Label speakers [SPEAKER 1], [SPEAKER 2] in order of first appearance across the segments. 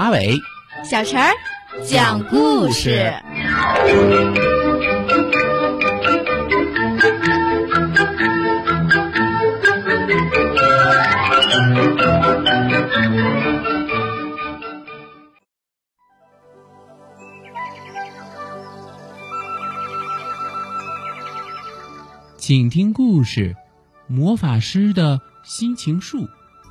[SPEAKER 1] 阿伟、
[SPEAKER 2] 小陈儿讲故事。
[SPEAKER 1] 请听故事：魔法师的心情树。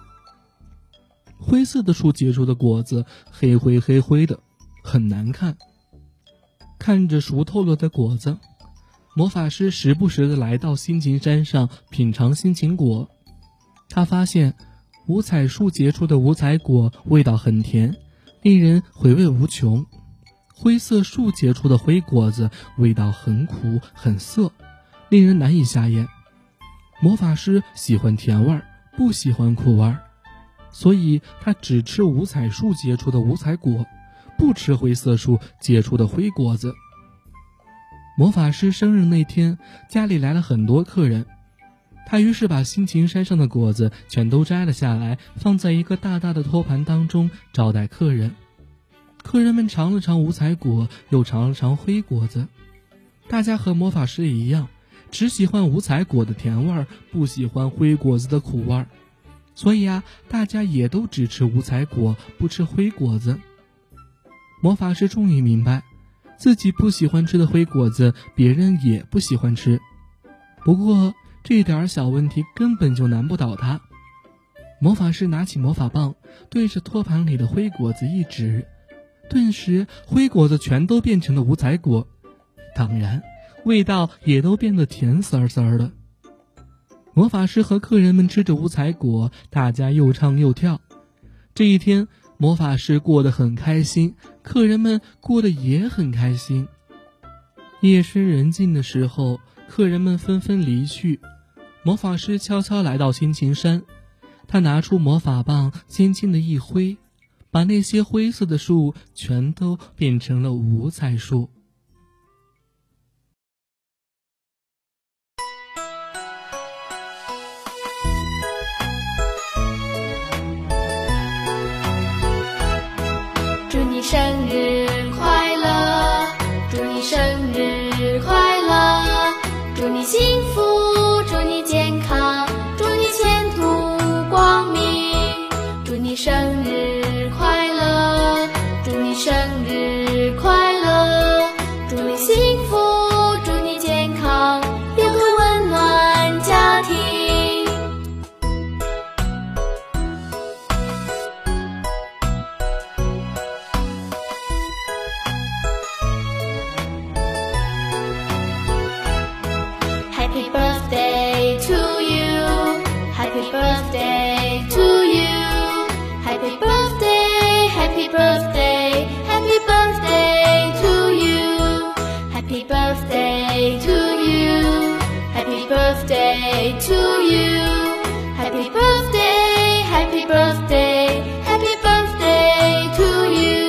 [SPEAKER 1] 灰色的树结出的果子黑灰的，很难看。看着熟透了的果子，魔法师时不时地来到心情山上品尝心情果。他发现五彩树结出的五彩果味道很甜，令人回味无穷。灰色树结出的灰果子味道很苦很涩，令人难以下咽。魔法师喜欢甜味儿，不喜欢苦味儿，所以他只吃五彩树结出的五彩果，不吃灰色树结出的灰果子。魔法师生日那天，家里来了很多客人，他于是把心情山上的果子全都摘了下来，放在一个大大的托盘当中招待客人。客人们尝了尝五彩果，又尝了尝灰果子。大家和魔法师一样，只喜欢五彩果的甜味儿，不喜欢灰果子的苦味儿。所以大家也都只吃五彩果，不吃灰果子。魔法师终于明白，自己不喜欢吃的灰果子，别人也不喜欢吃。不过这点小问题根本就难不倒他。魔法师拿起魔法棒，对着托盘里的灰果子一指，顿时灰果子全都变成了五彩果，当然味道也都变得甜丝丝的。魔法师和客人们吃着五彩果，大家又唱又跳。这一天，魔法师过得很开心，客人们过得也很开心。夜深人静的时候，客人们纷纷离去。魔法师悄悄来到心情山，他拿出魔法棒，轻轻地一挥，把那些灰色的树全都变成了五彩树。
[SPEAKER 2] 祝你生日快乐，祝你生日快乐，祝你幸福，祝你健康，祝你前途光明。祝你生日快乐，祝你生日快乐，祝你幸福，祝你健康，有个温暖家庭。Happy birthday to you, happy birthday to you, happy birthday, happy birthday, happy birthday to you, happy birthday to you, happy birthday to you, happy birthday, happy birthday, happy birthday to you.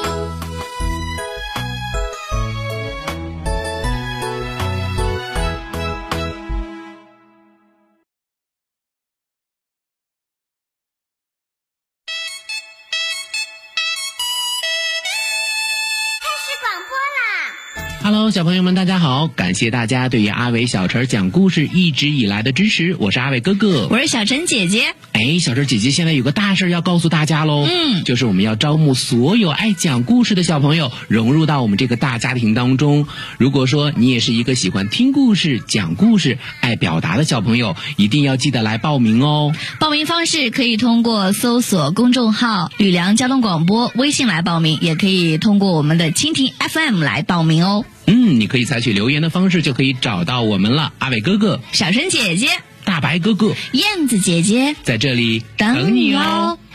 [SPEAKER 3] Hello， 小朋友们，大家好！感谢大家对于阿伟小陈讲故事一直以来的支持，我是阿伟哥哥，
[SPEAKER 4] 我是小陈姐姐。
[SPEAKER 3] 小陈姐姐现在有个大事要告诉大家喽，就是我们要招募所有爱讲故事的小朋友融入到我们这个大家庭当中。如果说你也是一个喜欢听故事、讲故事、爱表达的小朋友，一定要记得来报名哦。
[SPEAKER 4] 报名方式可以通过搜索公众号吕梁交通广播微信来报名，也可以通过我们的蜻蜓 FM 来报名哦。
[SPEAKER 3] 你可以采取留言的方式就可以找到我们了。阿伟哥哥、
[SPEAKER 4] 小陈姐姐、
[SPEAKER 3] 大白哥哥、
[SPEAKER 4] 燕子姐姐
[SPEAKER 3] 在这里
[SPEAKER 4] 等你哦。